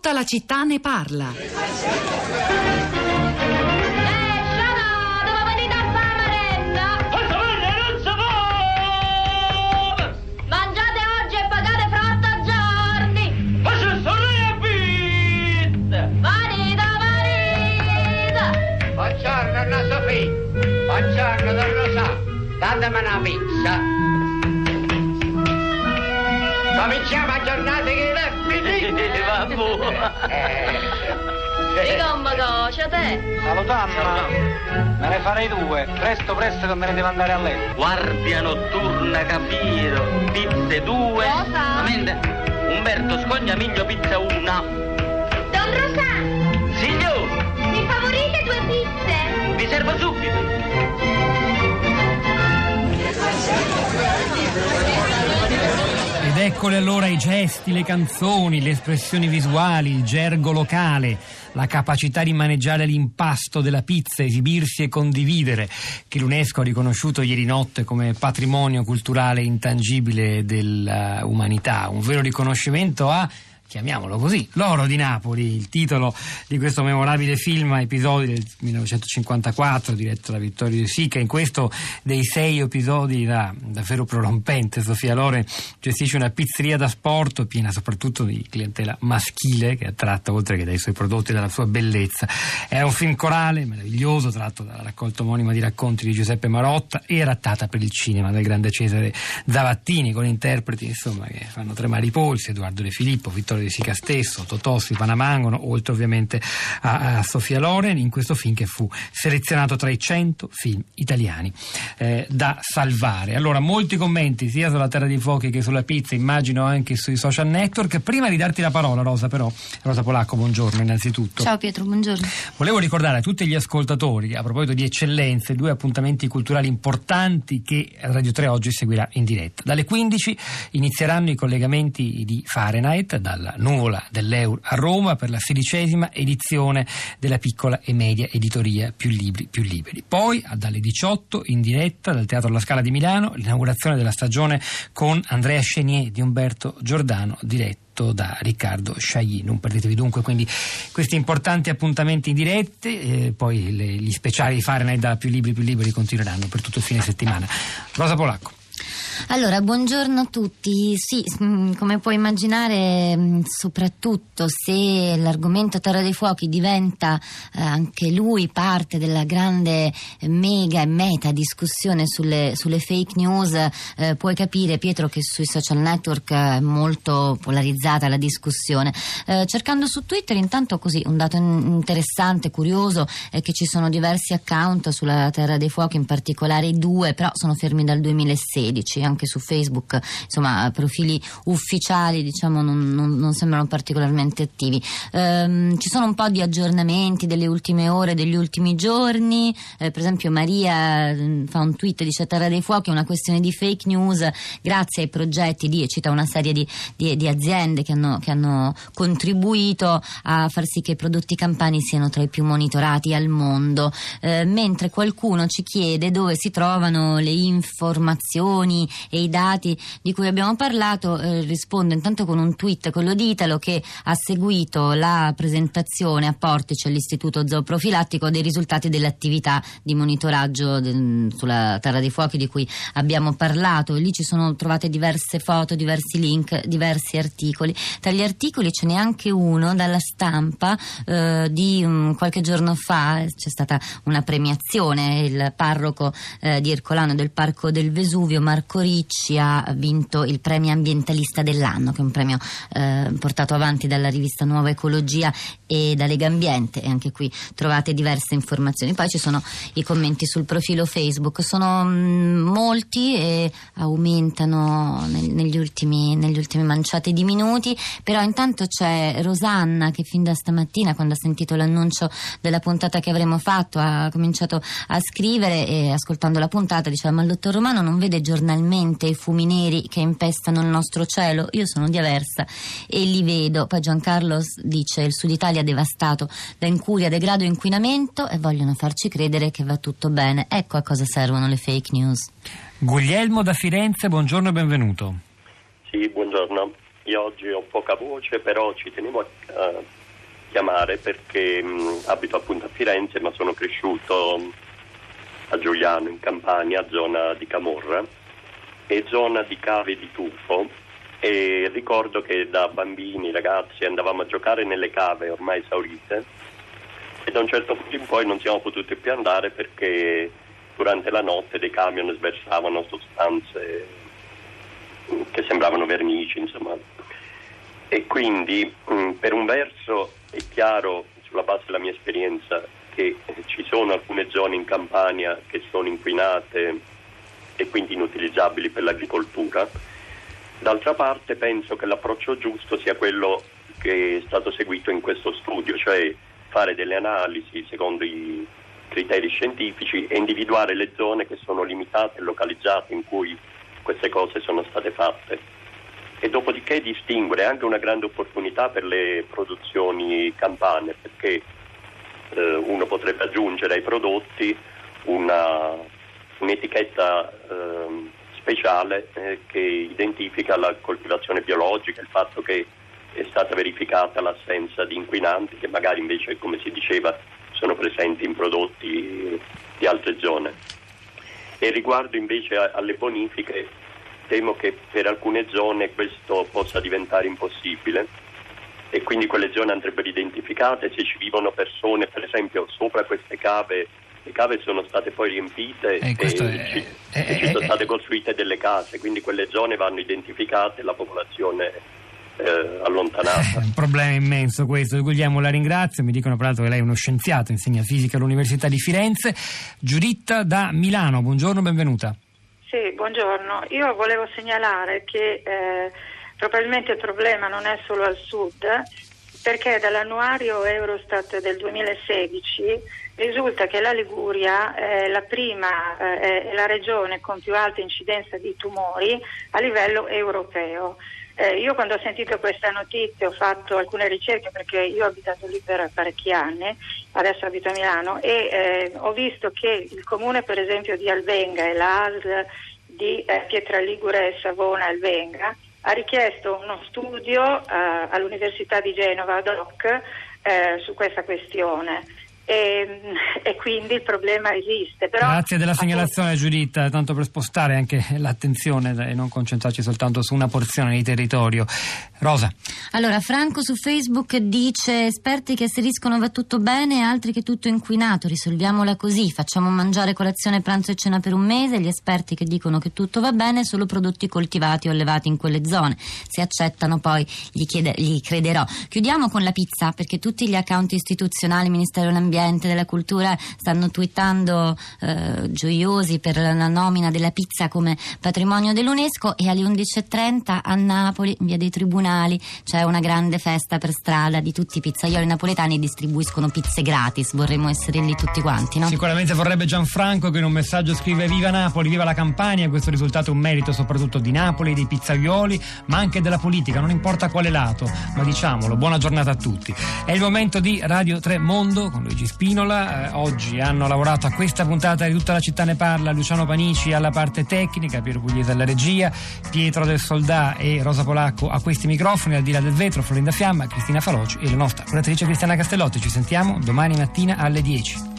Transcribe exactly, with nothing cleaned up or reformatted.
Tutta la città ne parla. Eh, Sciano, dove venite a fare merenda? Questa merenda non si può! Mangiate oggi e pagate fra otto giorni. Ma c'è storia a pizza! Vanita, vanita. Buongiorno, nonna Sofì. Buongiorno, don Rosà. Datemi una pizza. Cominciamo a giornata che è finita. Dica un bagocio, te. Saluto mamma, me ne farei due, presto presto che me ne devo andare a letto. Guardia notturna Capiro, pizze due. Cosa? Amende. Umberto Scognamiglio pizza una. Don Rosà, Signor, mi favorite due pizze? vi servo subito. Ed eccoli allora i gesti, le canzoni, le espressioni visuali, il gergo locale, la capacità di maneggiare l'impasto della pizza, esibirsi e condividere, che l'UNESCO ha riconosciuto ieri notte come patrimonio culturale intangibile dell'umanità. Un vero riconoscimento a, chiamiamolo così, l'oro di Napoli, il titolo di questo memorabile film a episodi del millenovecentocinquantaquattro diretto da Vittorio De Sica. In questo dei sei episodi da, davvero prorompente, Sofia Loren gestisce una pizzeria da sport piena soprattutto di clientela maschile che è attratta oltre che dai suoi prodotti e dalla sua bellezza. È un film corale meraviglioso tratto dalla raccolta omonima di racconti di Giuseppe Marotta e adattata per il cinema del grande Cesare Zavattini, con interpreti insomma che fanno tremare i polsi: Edoardo De Filippo, Vittorio De Sica stesso, Totò, Panamangono, oltre ovviamente a, a Sofia Loren, in questo film che fu selezionato tra i cento film italiani eh, da salvare. Allora, molti commenti sia sulla Terra dei Fuochi che sulla pizza, immagino anche sui social network. Prima di darti la parola, Rosa, però, Rosa Polacco, buongiorno innanzitutto. Ciao Pietro, buongiorno. Volevo ricordare a tutti gli ascoltatori, a proposito di eccellenze, due appuntamenti culturali importanti che Radio tre oggi seguirà in diretta. Dalle quindici inizieranno i collegamenti di Fahrenheit dalla Nuvola dell'Eur a Roma per la sedicesima edizione della piccola e media editoria Più Libri Più Liberi. Poi dalle diciotto in diretta dal Teatro La Scala di Milano l'inaugurazione della stagione con Andrea Chenier di Umberto Giordano, diretto da Riccardo Chailly. Non perdetevi dunque quindi questi importanti appuntamenti in dirette, eh, poi le, gli speciali di Fahrenheit da Più Libri Più Liberi continueranno per tutto il fine settimana. Rosa Polacco. Allora, buongiorno a tutti. Sì, come puoi immaginare, soprattutto se l'argomento Terra dei Fuochi diventa eh, anche lui parte della grande mega e meta discussione sulle, sulle fake news, eh, puoi capire, Pietro, che sui social network è molto polarizzata la discussione. Eh, cercando su Twitter, intanto, così un dato interessante, curioso, è che ci sono diversi account sulla Terra dei Fuochi, in particolare i due, però sono fermi dal duemilasedici. Anche su Facebook, insomma, profili ufficiali, diciamo, non, non, non sembrano particolarmente attivi. Ehm, ci sono un po' di aggiornamenti delle ultime ore, degli ultimi giorni. Eh, per esempio Maria eh, fa un tweet, dice: Terra dei Fuochi è una questione di fake news grazie ai progetti di, e cita una serie di, di, di aziende che hanno, che hanno contribuito a far sì che i prodotti campani siano tra i più monitorati al mondo. Eh, mentre qualcuno ci chiede dove si trovano le informazioni e i dati di cui abbiamo parlato, eh, rispondo intanto con un tweet, quello di Italo, che ha seguito la presentazione a Portici all'Istituto Zooprofilattico dei risultati dell'attività di monitoraggio del, sulla Terra dei Fuochi di cui abbiamo parlato. Lì ci sono trovate diverse foto, diversi link, diversi articoli. Tra gli articoli ce n'è anche uno dalla Stampa eh, di um, qualche giorno fa. C'è stata una premiazione, il parroco eh, di Ercolano del Parco del Vesuvio, Marco Ricci, ha vinto il premio ambientalista dell'anno, che è un premio eh, portato avanti dalla rivista Nuova Ecologia e da Legambiente, e anche qui trovate diverse informazioni. Poi ci sono i commenti sul profilo Facebook, sono mh, molti e aumentano nel, negli ultimi negli ultimi manciate di minuti, però intanto c'è Rosanna che fin da stamattina, quando ha sentito l'annuncio della puntata che avremmo fatto, ha cominciato a scrivere, e ascoltando la puntata diceva: ma il dottor Romano non vede giornalmente i fumi neri che impestano il nostro cielo? Io sono di Aversa e li vedo. Poi Giancarlo dice: il Sud Italia è devastato da incuria, degrado e inquinamento e vogliono farci credere che va tutto bene. Ecco a cosa servono le fake news. Guglielmo da Firenze, buongiorno e benvenuto. Sì, buongiorno. io oggi ho poca voce, però ci tenevo a, a chiamare perché mh, abito appunto a Firenze, ma sono cresciuto a Giuliano, in Campania, zona di Camorra e zona di Cave di Tufo, e ricordo che da bambini, ragazzi, andavamo a giocare nelle cave ormai esaurite e da un certo punto in poi non siamo potuti più andare perché durante la notte dei camion sversavano sostanze che sembravano vernici, insomma. E quindi mh, per un verso è chiaro, sulla base della mia esperienza, che ci sono alcune zone in Campania che sono inquinate e quindi inutilizzabili per l'agricoltura. D'altra parte penso che l'approccio giusto sia quello che è stato seguito in questo studio, cioè fare delle analisi secondo i criteri scientifici e individuare le zone che sono limitate e localizzate in cui queste cose sono state fatte, e dopodiché distinguere anche una grande opportunità per le produzioni campane, perché eh, uno potrebbe aggiungere ai prodotti una, un'etichetta eh, speciale eh, che identifica la coltivazione biologica, il fatto che è stata verificata l'assenza di inquinanti che magari invece, come si diceva, sono presenti in prodotti di altre zone. E riguardo invece a, alle bonifiche, temo che per alcune zone questo possa diventare impossibile e quindi quelle zone andrebbero identificate. Se ci vivono persone, per esempio, sopra queste cave, le cave sono state poi riempite eh, e, è, ci, è, e ci è, sono è, state costruite delle case, quindi quelle zone vanno identificate e la popolazione Eh, allontanata. Un problema immenso questo. Guglielmo, la ringrazio. Mi dicono peraltro che lei è uno scienziato, insegna fisica all'Università di Firenze. Giuditta da Milano, buongiorno, benvenuta. Sì, buongiorno. Io volevo segnalare che eh, probabilmente il problema non è solo al sud, perché dall'annuario Eurostat del duemilasedici risulta che la Liguria è la prima, eh, è la regione con più alta incidenza di tumori a livello europeo. Eh, io quando ho sentito questa notizia ho fatto alcune ricerche, perché io ho abitato lì per parecchi anni, adesso abito a Milano, e eh, ho visto che il comune per esempio di Alvenga e l'A S L di eh, Pietraligure e Savona Alvenga ha richiesto uno studio eh, all'Università di Genova ad hoc eh, su questa questione. E, e quindi il problema esiste. Però, grazie della segnalazione, appunto, Giuditta, tanto per spostare anche l'attenzione e non concentrarci soltanto su una porzione di territorio. Rosa. Allora, Franco su Facebook dice: esperti che asseriscono va tutto bene, altri che tutto inquinato, risolviamola così, facciamo mangiare colazione, pranzo e cena per un mese, gli esperti che dicono che tutto va bene, solo prodotti coltivati o allevati in quelle zone, se accettano poi gli, chiede, gli crederò. Chiudiamo con la pizza, perché tutti gli account istituzionali, Ministero dell'Ambiente, della Cultura, stanno twittando eh, gioiosi per la nomina della pizza come patrimonio dell'UNESCO, e alle undici e trenta a Napoli, in via dei Tribunali, c'è una grande festa per strada di tutti i pizzaioli napoletani, distribuiscono pizze gratis. Vorremmo essere lì tutti quanti, no? Sicuramente vorrebbe Gianfranco, che in un messaggio scrive: viva Napoli, viva la Campania. Questo risultato è un merito soprattutto di Napoli, dei pizzaioli, ma anche della politica, non importa quale lato, ma diciamolo, buona giornata a tutti. È il momento di Radio tre Mondo con Luigi Spinola. Eh, oggi hanno lavorato a questa puntata di Tutta la città ne parla Luciano Panici alla parte tecnica, Piero Pugliese alla regia, Pietro del Soldà e Rosa Polacco a questi microfoni, al di là del vetro Florinda Fiamma, Cristina Faloci e la nostra curatrice Cristiana Castellotti. Ci sentiamo domani mattina alle dieci.